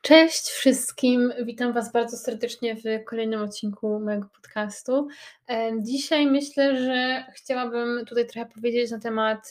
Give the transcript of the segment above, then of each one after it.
Cześć wszystkim, witam Was bardzo serdecznie w kolejnym odcinku mojego podcastu. Dzisiaj myślę, że chciałabym tutaj trochę powiedzieć na temat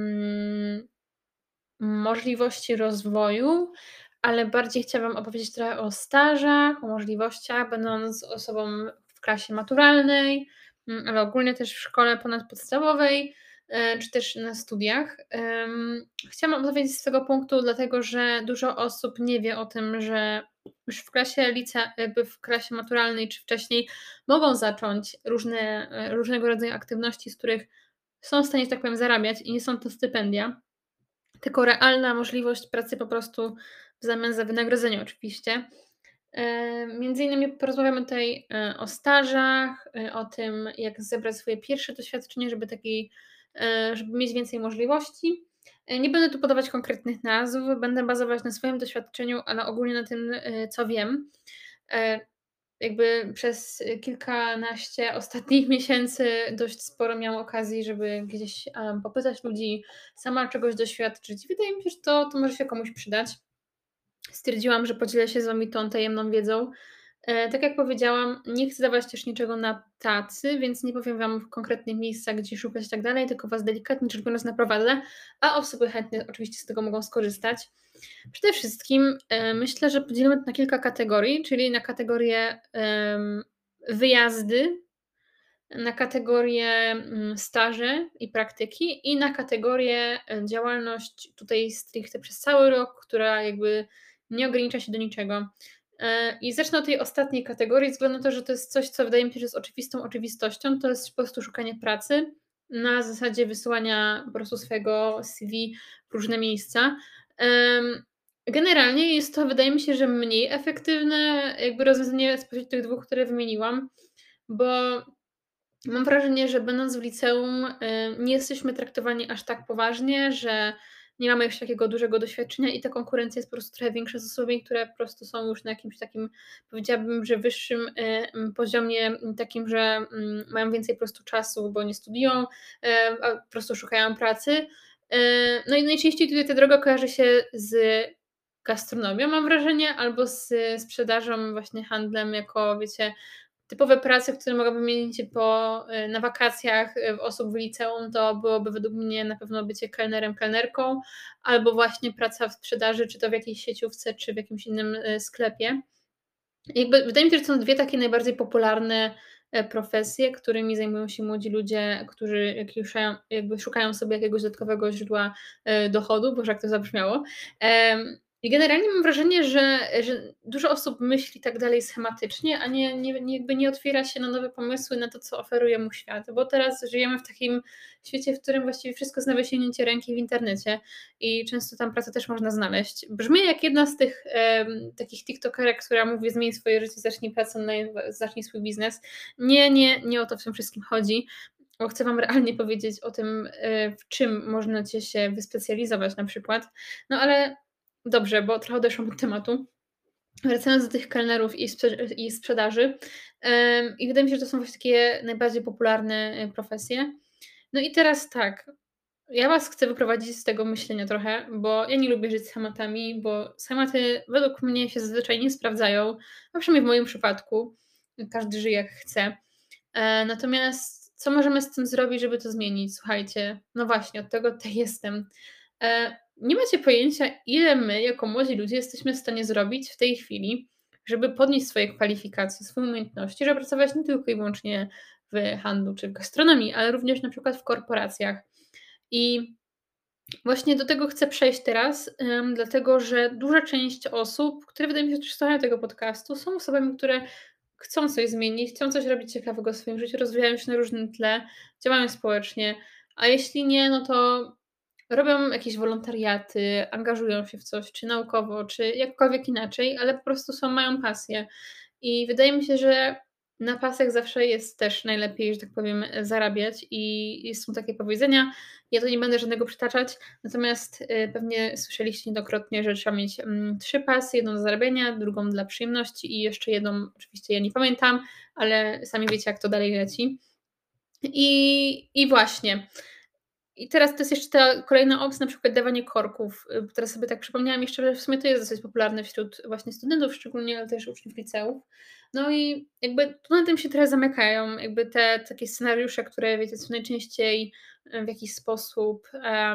możliwości rozwoju, ale bardziej chciałabym opowiedzieć trochę o stażach, o możliwościach, będąc osobą w klasie maturalnej, ale ogólnie też w szkole ponadpodstawowej, czy też na studiach. Chciałam opowiedzieć z tego punktu, dlatego że dużo osób nie wie o tym, że już w klasie jakby w klasie maturalnej czy wcześniej mogą zacząć różnego rodzaju aktywności, z których są w stanie, że tak powiem, zarabiać i nie są to stypendia. Tylko realna możliwość pracy po prostu w zamian za wynagrodzenie oczywiście. Między innymi porozmawiamy tutaj, o stażach, o tym, jak zebrać swoje pierwsze doświadczenie, żeby mieć więcej możliwości. Nie będę tu podawać konkretnych nazw, będę bazować na swoim doświadczeniu, ale ogólnie na tym, co wiem. E, Jakby przez kilkanaście ostatnich miesięcy dość sporo miałam okazji, żeby gdzieś, popytać ludzi, sama czegoś doświadczyć. Wydaje mi się, że to może się komuś przydać. Stwierdziłam, że podzielę się z Wami tą tajemną wiedzą. Tak jak powiedziałam, nie chcę dawać też niczego na tacy, więc nie powiem Wam w konkretnych miejscach, gdzie szukać i tak dalej, tylko Was delikatnie rzecz biorąc naprowadzę, a osoby chętnie oczywiście z tego mogą skorzystać. Przede wszystkim, myślę, że podzielimy to na kilka kategorii, czyli na kategorię, wyjazdy, na kategorię, staże i praktyki i na kategorię, działalność tutaj stricte przez cały rok, która jakby nie ogranicza się do niczego. I zacznę od tej ostatniej kategorii, ze względu na to, że to jest coś, co wydaje mi się, że jest oczywistą oczywistością. To jest po prostu szukanie pracy na zasadzie wysyłania po prostu swojego CV w różne miejsca. Generalnie jest to, wydaje mi się, że mniej efektywne jakby rozwiązanie spośród tych dwóch, które wymieniłam, bo mam wrażenie, że będąc w liceum, nie jesteśmy traktowani aż tak poważnie, że nie mamy jeszcze takiego dużego doświadczenia i ta konkurencja jest po prostu trochę większa z osobami, które po prostu są już na jakimś takim, powiedziałabym, że wyższym, poziomie, takim, że, mają więcej po prostu czasu, bo nie studiują, a po prostu szukają pracy. No i najczęściej tutaj ta droga kojarzy się z gastronomią, mam wrażenie, albo z sprzedażą, właśnie handlem jako, wiecie, typowe prace, które mogłabym mieć na wakacjach, osób w liceum, to byłoby według mnie na pewno bycie kelnerem, kelnerką, albo właśnie praca w sprzedaży, czy to w jakiejś sieciówce, czy w jakimś innym, sklepie. Jakby wydaje mi się, że to są 2 takie najbardziej popularne, profesje, którymi zajmują się młodzi ludzie, którzy jakby szukają sobie jakiegoś dodatkowego źródła, dochodu, boże, jak to zabrzmiało. I generalnie mam wrażenie, że dużo osób myśli tak dalej schematycznie, a nie otwiera się na nowe pomysły, na to, co oferuje mu świat. Bo teraz żyjemy w takim świecie, w którym właściwie wszystko jest na wysięgnięcie ręki w internecie i często tam pracę też można znaleźć. Brzmi jak jedna z tych, takich tiktokerek, która mówi: „Zmień swoje życie, zacznij swój biznes”. Nie o to w tym wszystkim chodzi, bo chcę Wam realnie powiedzieć o tym, w czym możecie się wyspecjalizować na przykład. No ale dobrze, bo trochę odeszłam od tematu. Wracając do tych kelnerów i sprzedaży, i wydaje mi się, że to są właśnie takie najbardziej popularne, profesje. No i teraz tak, ja Was chcę wyprowadzić z tego myślenia trochę, bo ja nie lubię żyć schematami, bo schematy według mnie się zazwyczaj nie sprawdzają, a przynajmniej w moim przypadku. Każdy żyje jak chce. Natomiast co możemy z tym zrobić, żeby to zmienić? Słuchajcie, no właśnie, od tego tutaj jestem. Nie macie pojęcia, ile my jako młodzi ludzie jesteśmy w stanie zrobić w tej chwili, żeby podnieść swoje kwalifikacje, swoje umiejętności, żeby pracować nie tylko i wyłącznie w handlu czy w gastronomii, ale również na przykład w korporacjach. I właśnie do tego chcę przejść teraz, dlatego że duża część osób, które wydaje mi się, że też słuchają tego podcastu, są osobami, które chcą coś zmienić, chcą coś robić ciekawego w swoim życiu, rozwijają się na różnym tle, działają społecznie, a jeśli nie, no to robią jakieś wolontariaty, angażują się w coś, czy naukowo, czy jakkolwiek inaczej, ale po prostu mają pasję. I wydaje mi się, że na pasjach zawsze jest też najlepiej, że tak powiem, zarabiać i są takie powiedzenia. Ja tu nie będę żadnego przytaczać, natomiast, pewnie słyszeliście niejednokrotnie, że trzeba mieć, 3 pasje, jedną do zarabiania, drugą dla przyjemności i jeszcze jedną, oczywiście ja nie pamiętam, ale sami wiecie, jak to dalej leci. I właśnie. I teraz to jest jeszcze ta kolejna opcja, na przykład dawanie korków. Teraz sobie tak przypomniałam jeszcze, że w sumie to jest dosyć popularne wśród właśnie studentów szczególnie, ale też uczniów liceów. No i jakby tu na tym się trochę zamykają, jakby te takie scenariusze, które wiecie, są najczęściej, w jakiś sposób,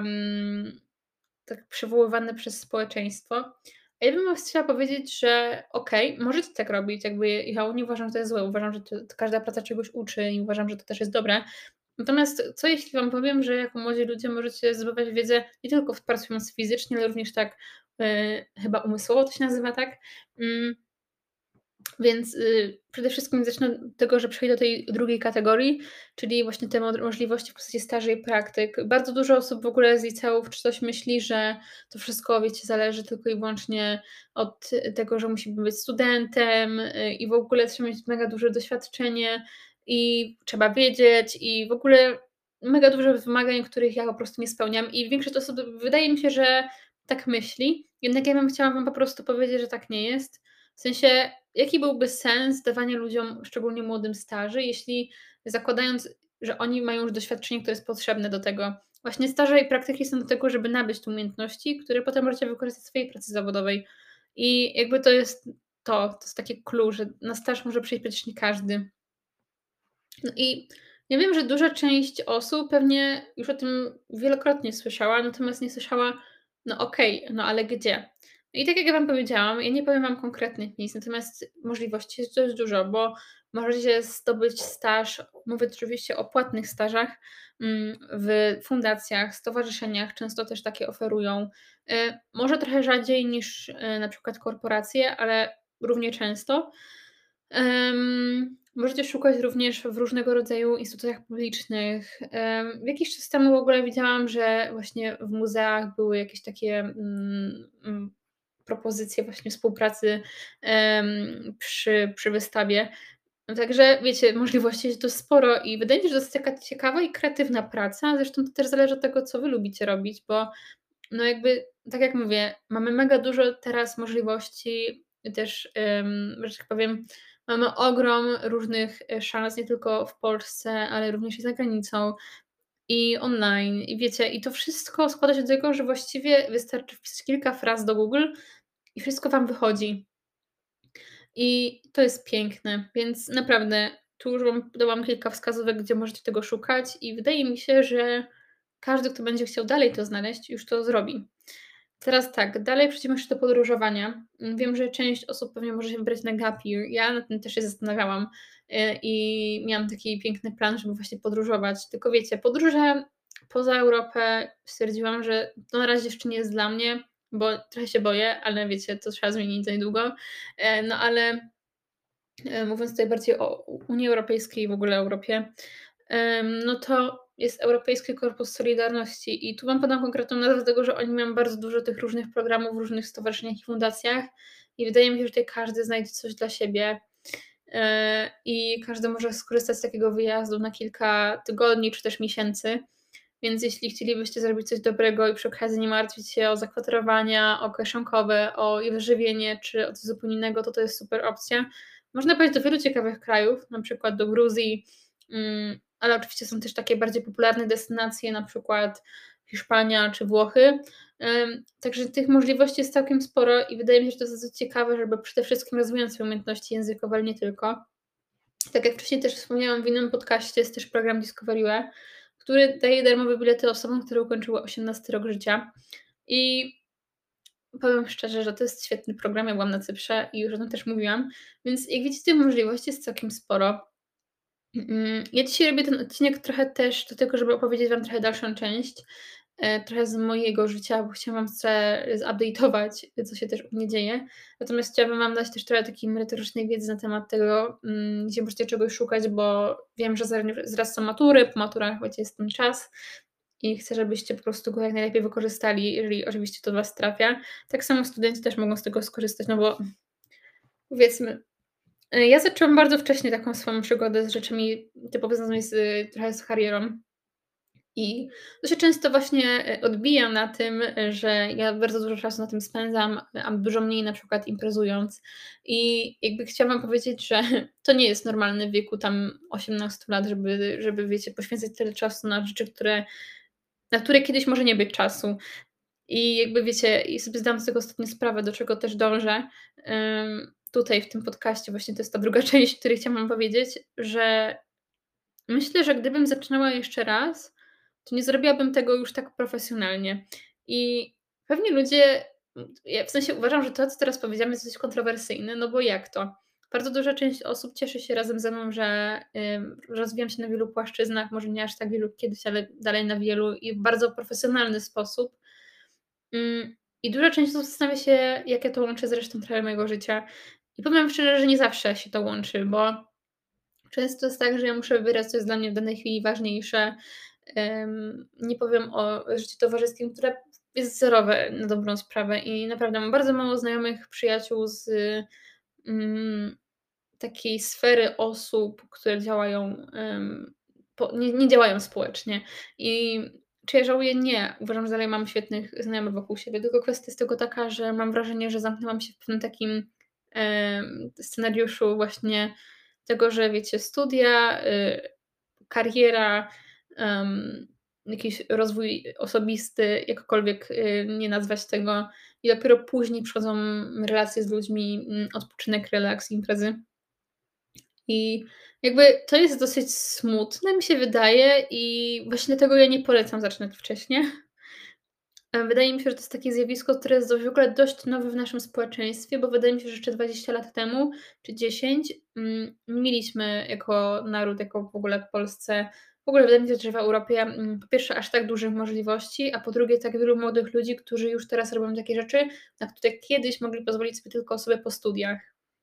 tak przywoływane przez społeczeństwo. A ja bym wam chciała powiedzieć, że okej, możecie tak robić, jakby ja nie uważam, że to jest złe, uważam, że to każda praca czegoś uczy i uważam, że to też jest dobre. Natomiast co jeśli wam powiem, że jako młodzi ludzie możecie zdobywać wiedzę nie tylko pracując fizycznie, ale również tak, chyba umysłowo to się nazywa, tak? Mm, więc, przede wszystkim zacznę od tego, że przejdę do tej drugiej kategorii, czyli właśnie te możliwości w postaci staży i praktyk. Bardzo dużo osób w ogóle z liceów czy coś myśli, że to wszystko, wiecie, zależy tylko i wyłącznie od tego, że musimy być studentem, i w ogóle trzeba mieć mega duże doświadczenie i trzeba wiedzieć i w ogóle mega dużo wymagań, których ja po prostu nie spełniam i większość osób wydaje mi się, że tak myśli. Jednak ja bym chciała wam po prostu powiedzieć, że tak nie jest. W sensie, jaki byłby sens dawania ludziom, szczególnie młodym, staży, jeśli zakładając, że oni mają już doświadczenie, które jest potrzebne do tego. Właśnie staże i praktyki są do tego, żeby nabyć te umiejętności, które potem możecie wykorzystać w swojej pracy zawodowej. I jakby to jest takie clue, że na staż może przyjść przecież nie każdy. No i ja wiem, że duża część osób pewnie już o tym wielokrotnie słyszała, natomiast nie słyszała, no okej, no ale gdzie? No i tak jak ja wam powiedziałam, ja nie powiem wam konkretnych miejsc, natomiast możliwości jest dość dużo, bo możecie zdobyć staż, mówię oczywiście o płatnych stażach, w fundacjach, stowarzyszeniach, często też takie oferują. Może trochę rzadziej niż, na przykład korporacje, ale równie często. Możecie szukać również w różnego rodzaju instytucjach publicznych. Jakiś czas temu w ogóle widziałam, że właśnie w muzeach były jakieś takie, propozycje właśnie współpracy, przy wystawie. No także wiecie, możliwości jest dość sporo i wydaje mi się, że to jest taka ciekawa i kreatywna praca. Zresztą to też zależy od tego, co wy lubicie robić, bo no jakby, tak jak mówię, mamy mega dużo teraz możliwości też, że tak powiem, mamy ogrom różnych, szans, nie tylko w Polsce, ale również i za granicą i online. I wiecie, i to wszystko składa się do tego, że właściwie wystarczy wpisać kilka fraz do Google i wszystko wam wychodzi. I to jest piękne, więc naprawdę tu już wam dałam kilka wskazówek, gdzie możecie tego szukać i wydaje mi się, że każdy, kto będzie chciał dalej to znaleźć, już to zrobi. Teraz tak, dalej przejdziemy jeszcze do podróżowania. Wiem, że część osób pewnie może się wybrać na gap year. Ja nad tym też się zastanawiałam, i miałam taki piękny plan, żeby właśnie podróżować. Tylko wiecie, podróże poza Europę stwierdziłam, że to na razie jeszcze nie jest dla mnie, bo trochę się boję, ale wiecie, to trzeba zmienić za niedługo. No ale, mówiąc tutaj bardziej o Unii Europejskiej i w ogóle Europie, no to jest Europejski Korpus Solidarności i tu wam podam konkretną nazwę tego, że oni mają bardzo dużo tych różnych programów w różnych stowarzyszeniach i fundacjach i wydaje mi się, że tutaj każdy znajdzie coś dla siebie, i każdy może skorzystać z takiego wyjazdu na kilka tygodni czy też miesięcy. Więc jeśli chcielibyście zrobić coś dobrego i przy okazji nie martwić się o zakwaterowania, o kieszonkowe, o wyżywienie czy o coś zupełnie innego, to jest super opcja. Można pojechać do wielu ciekawych krajów, na przykład do Gruzji, ale oczywiście są też takie bardziej popularne destynacje, na przykład Hiszpania czy Włochy. Także tych możliwości jest całkiem sporo i wydaje mi się, że to jest dosyć ciekawe, żeby przede wszystkim rozwijać swoje umiejętności językowe, ale nie tylko. Tak jak wcześniej też wspomniałam w innym podcaście, jest też program Discovery, który daje darmowe bilety osobom, które ukończyły 18 rok życia. I powiem szczerze, że to jest świetny program. Ja byłam na Cyprze i już o tym też mówiłam, więc jak widzicie, tych możliwości jest całkiem sporo. Ja dzisiaj robię ten odcinek trochę też do tego, żeby opowiedzieć wam trochę dalszą część, trochę z mojego życia, bo chciałam wam trochę zupdate'ować, co się też u mnie dzieje. Natomiast chciałabym wam dać też trochę takiej merytorycznej wiedzy na temat tego, gdzie możecie czegoś szukać, bo wiem, że zaraz są matury, po maturach wiecie, jest ten czas i chcę, żebyście po prostu go jak najlepiej wykorzystali, jeżeli oczywiście to do was trafia. Tak samo studenci też mogą z tego skorzystać, no bo powiedzmy, ja zaczęłam bardzo wcześnie taką swoją przygodę z rzeczami typowo związanymi trochę z karierą. I to się często właśnie, odbija na tym, że ja bardzo dużo czasu na tym spędzam, a dużo mniej na przykład imprezując. I jakby chciałam wam powiedzieć, że to nie jest normalne w wieku tam 18 lat, żeby wiecie, poświęcać tyle czasu na rzeczy, które na które kiedyś może nie być czasu. I jakby wiecie, i sobie zdałam z tego ostatnio sprawę, do czego też dążę. Tutaj w tym podcaście właśnie to jest ta druga część, której chciałam wam powiedzieć, że myślę, że gdybym zaczynała jeszcze raz, to nie zrobiłabym tego już tak profesjonalnie. I pewnie ludzie ja w sensie uważam, że to, co teraz powiedziałam, jest dość kontrowersyjne, no bo jak to? Bardzo duża część osób cieszy się razem ze mną, że, rozwijam się na wielu płaszczyznach, może nie aż tak wielu jak kiedyś, ale dalej na wielu i w bardzo profesjonalny sposób. I duża część osób zastanawia się, jak ja to łączę z resztą trochę mojego życia. I powiem wam szczerze, że nie zawsze się to łączy, bo często jest tak, że ja muszę wybierać, co jest dla mnie w danej chwili ważniejsze. Nie powiem o życiu towarzyskim, które jest zerowe na dobrą sprawę i naprawdę mam bardzo mało znajomych, przyjaciół z, mm, takiej sfery osób, które działają, nie działają społecznie. I czy ja żałuję? Nie. Uważam, że dalej mam świetnych znajomych wokół siebie, tylko kwestia jest tego taka, że mam wrażenie, że zamknęłam się w pewnym takim, scenariuszu właśnie tego, że wiecie, studia, kariera, jakiś rozwój osobisty, jakkolwiek, nie nazwać tego, i dopiero później przychodzą relacje z ludźmi, odpoczynek, relaks, imprezy. I jakby to jest dosyć smutne, mi się wydaje, i właśnie dlatego ja nie polecam zaczynać wcześnie. Wydaje mi się, że to jest takie zjawisko, które jest w ogóle dość nowe w naszym społeczeństwie, bo wydaje mi się, że jeszcze 20 lat temu czy 10 nie mieliśmy jako naród, jako w ogóle w Polsce, w ogóle wydaje mi się, że w Europie, po pierwsze aż tak dużych możliwości, a po drugie tak wielu młodych ludzi, którzy już teraz robią takie rzeczy, na które kiedyś mogli pozwolić sobie tylko osoby po studiach.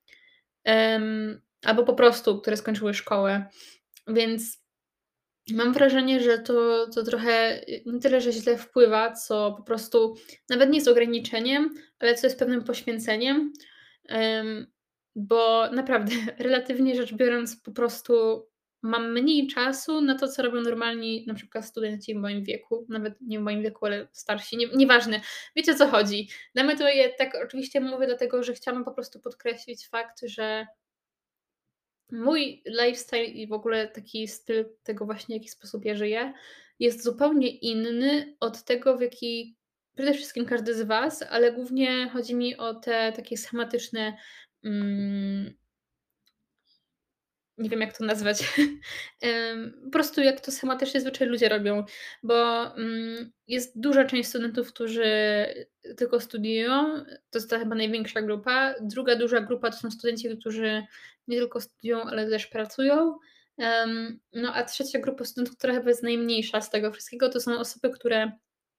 Albo po prostu, które skończyły szkołę. Więc mam wrażenie, że to trochę, nie tyle, że źle wpływa, co po prostu nawet nie jest ograniczeniem, ale co jest pewnym poświęceniem, em, bo naprawdę, relatywnie rzecz biorąc, po prostu mam mniej czasu na to, co robią normalni na przykład studenci w moim wieku, nawet nie w moim wieku, ale starsi, nieważne. Wiecie, o co chodzi. Dla mnie to tak oczywiście mówię dlatego, że chciałam po prostu podkreślić fakt, że mój lifestyle i w ogóle taki styl tego właśnie, w jaki sposób ja żyję, jest zupełnie inny od tego, w jaki przede wszystkim każdy z was, ale głównie chodzi mi o te takie schematyczne, mm, nie wiem, jak to nazwać, po prostu jak to schematycznie zwyczaj ludzie robią, bo, jest duża część studentów, którzy tylko studiują, to jest ta chyba największa grupa. Druga duża grupa to są studenci, którzy nie tylko studiują, ale też pracują. No a trzecia grupa studentów, która chyba jest najmniejsza z tego wszystkiego, to są osoby, które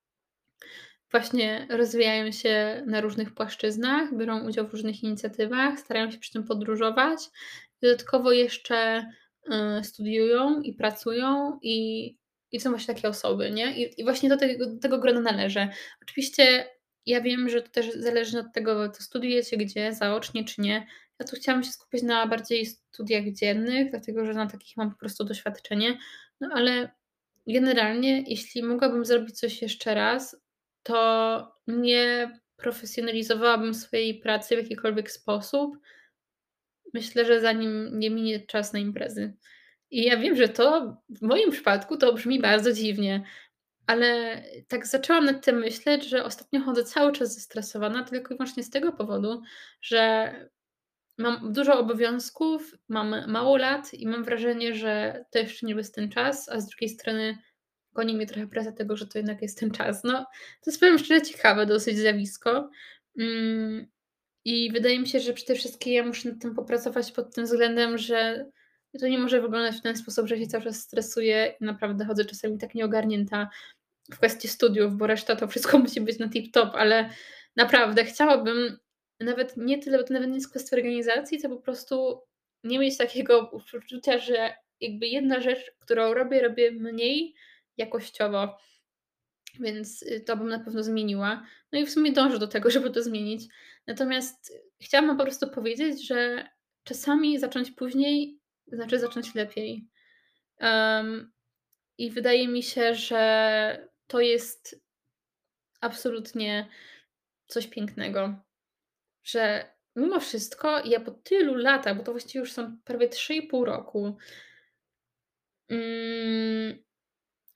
właśnie rozwijają się na różnych płaszczyznach, biorą udział w różnych inicjatywach, starają się przy tym podróżować. Dodatkowo jeszcze, studiują i pracują i są właśnie takie osoby, nie? I właśnie do tego grona należę. Oczywiście ja wiem, że to też zależy od tego, co studiujecie, gdzie, zaocznie czy nie. Ja tu chciałam się skupić na bardziej studiach dziennych, dlatego że na takich mam po prostu doświadczenie. No ale generalnie, jeśli mogłabym zrobić coś jeszcze raz, to nie profesjonalizowałabym swojej pracy w jakikolwiek sposób. Myślę, że zanim nie minie czas na imprezy. I ja wiem, że to w moim przypadku to brzmi bardzo dziwnie, ale tak zaczęłam nad tym myśleć, że ostatnio chodzę cały czas zestresowana tylko i wyłącznie z tego powodu, że mam dużo obowiązków, mam mało lat i mam wrażenie, że to jeszcze nie jest ten czas, a z drugiej strony goni mnie trochę presja tego, że to jednak jest ten czas. No, to jest, powiem szczerze, ciekawe dosyć zjawisko. Mm, I wydaje mi się, że przede wszystkim ja muszę nad tym popracować pod tym względem, że to nie może wyglądać w ten sposób, że się cały czas stresuję i naprawdę chodzę czasami tak nieogarnięta w kwestii studiów, bo reszta to wszystko musi być na tip-top, ale naprawdę chciałabym nawet nie tyle, bo to nawet nie jest kwestia organizacji, to po prostu nie mieć takiego uczucia, że jakby jedna rzecz, którą robię mniej jakościowo, więc, to bym na pewno zmieniła. No i w sumie dążę do tego, żeby to zmienić. Natomiast chciałam wam po prostu powiedzieć, że czasami zacząć później znaczy zacząć lepiej. Em, I wydaje mi się, że to jest absolutnie coś pięknego, że mimo wszystko ja po tylu latach, bo to właściwie już są prawie 3,5 roku, mm,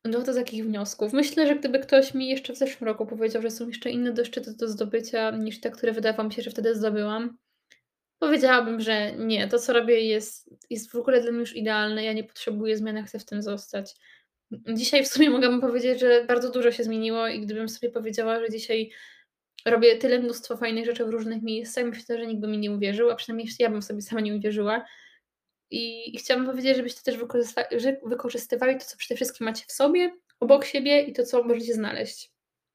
No to takich wniosków. Myślę, że gdyby ktoś mi jeszcze w zeszłym roku powiedział, że są jeszcze inne szczyty do zdobycia niż te, które wydawało mi się, że wtedy zdobyłam, powiedziałabym, że nie, to co robię jest w ogóle dla mnie już idealne, ja nie potrzebuję zmian, ja chcę w tym zostać. Dzisiaj w sumie mogłabym powiedzieć, że bardzo dużo się zmieniło i gdybym sobie powiedziała, że dzisiaj robię tyle mnóstwo fajnych rzeczy w różnych miejscach, myślę, że nikt by mi nie uwierzył, a przynajmniej ja bym sobie sama nie uwierzyła. I chciałabym powiedzieć, żebyście też wykorzystywali to, co przede wszystkim macie w sobie, obok siebie i to, co możecie znaleźć.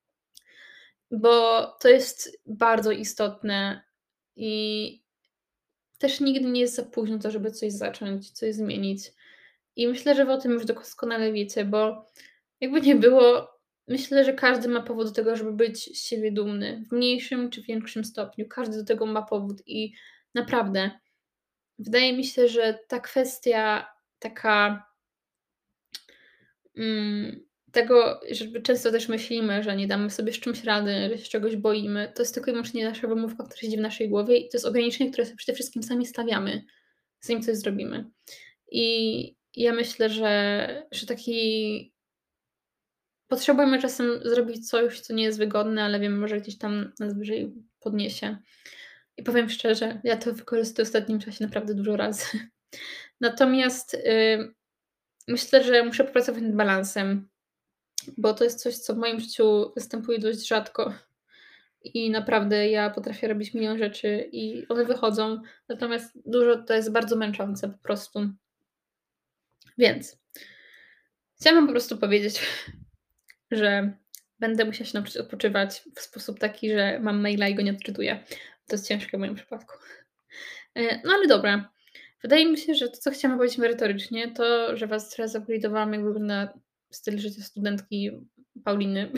Bo to jest bardzo istotne i też nigdy nie jest za późno to, żeby coś zacząć, coś zmienić. I myślę, że wy o tym już doskonale wiecie, bo jakby nie było, myślę, że każdy ma powód do tego, żeby być z siebie dumny, w mniejszym czy większym stopniu. Każdy do tego ma powód i naprawdę wydaje mi się, że ta kwestia taka, mm, tego, że często też myślimy, że nie damy sobie z czymś rady, że się czegoś boimy, to jest tylko i wyłącznie nasza wymówka, która siedzi w naszej głowie i to jest ograniczenie, które sobie przede wszystkim sami stawiamy, zanim coś zrobimy. I ja myślę, że taki potrzebujemy czasem zrobić coś, co nie jest wygodne, ale wiemy, że gdzieś tam nas wyżej podniesie. I powiem szczerze, ja to wykorzystuję w ostatnim czasie naprawdę dużo razy. Natomiast, myślę, że muszę popracować nad balansem, bo to jest coś, co w moim życiu występuje dość rzadko i naprawdę ja potrafię robić milion rzeczy i one wychodzą, natomiast dużo to jest bardzo męczące po prostu. Więc chciałabym po prostu powiedzieć, że będę musiała się nauczyć odpoczywać w sposób taki, że mam maila i go nie odczytuję. To jest ciężkie w moim przypadku. No ale dobra. Wydaje mi się, że to, co chciałam powiedzieć merytorycznie, to, że was trochę zupgrade'owałam, jak wygląda styl życia studentki Pauliny.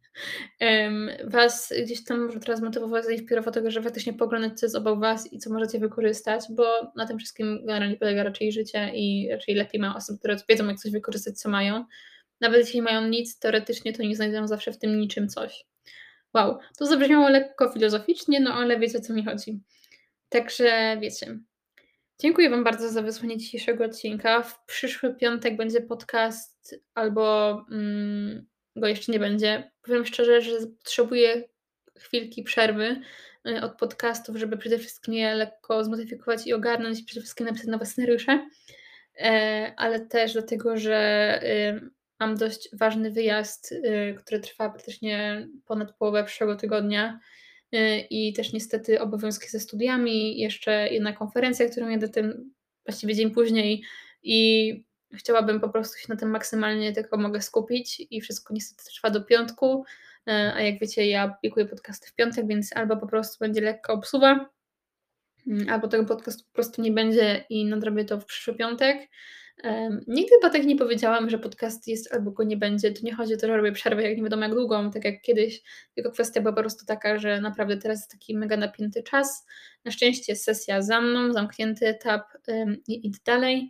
Was gdzieś tam może teraz motywować, zainspirować do tego, że faktycznie poglądać, co jest obok was i co możecie wykorzystać, bo na tym wszystkim generalnie polega raczej życie i raczej lepiej ma osób, które wiedzą, jak coś wykorzystać, co mają. Nawet jeśli mają nic, teoretycznie to nie znajdują zawsze w tym niczym coś. Wow, to zabrzmiało lekko filozoficznie, no ale wiecie, o co mi chodzi. Także wiecie. Dziękuję wam bardzo za wysłuchanie dzisiejszego odcinka. W przyszły piątek będzie podcast albo, go jeszcze nie będzie. Powiem szczerze, że potrzebuję chwilki przerwy, od podcastów, żeby przede wszystkim je lekko zmodyfikować i ogarnąć, przede wszystkim napisać nowe scenariusze, ale też dlatego, że, mam dość ważny wyjazd, który trwa praktycznie ponad połowę przyszłego tygodnia. I też niestety obowiązki ze studiami, jeszcze jedna konferencja, którą jadę ten właściwie dzień później i chciałabym po prostu się na tym maksymalnie tylko mogę skupić i wszystko niestety trwa do piątku, a jak wiecie, ja publikuję podcasty w piątek, więc albo po prostu będzie lekka obsuwa, albo tego podcastu po prostu nie będzie i nadrobię to w przyszły piątek. Nigdy chyba tak nie powiedziałam, że podcast jest albo go nie będzie. Tu nie chodzi o to, że robię przerwę jak nie wiadomo jak długą, tak jak kiedyś, tylko kwestia była po prostu taka, że naprawdę teraz jest taki mega napięty czas. Na szczęście jest sesja za mną, zamknięty etap, i idę dalej.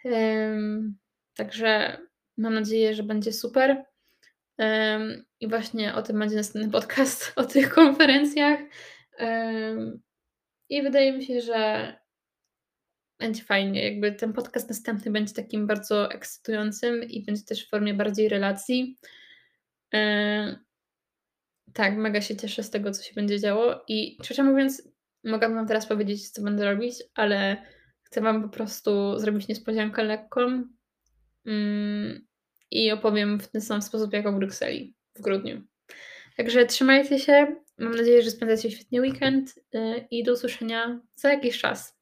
Także mam nadzieję, że będzie super. I właśnie o tym będzie następny podcast, o tych konferencjach. I wydaje mi się, że będzie fajnie. Jakby ten podcast następny będzie takim bardzo ekscytującym i będzie też w formie bardziej relacji. Yy, tak, mega się cieszę z tego, co się będzie działo i szczerze mówiąc, mogłabym wam teraz powiedzieć, co będę robić, ale chcę wam po prostu zrobić niespodziankę lekką, i opowiem w ten sam sposób jak o Brukseli w grudniu. Także trzymajcie się. Mam nadzieję, że spędzacie świetnie weekend, i do usłyszenia za jakiś czas.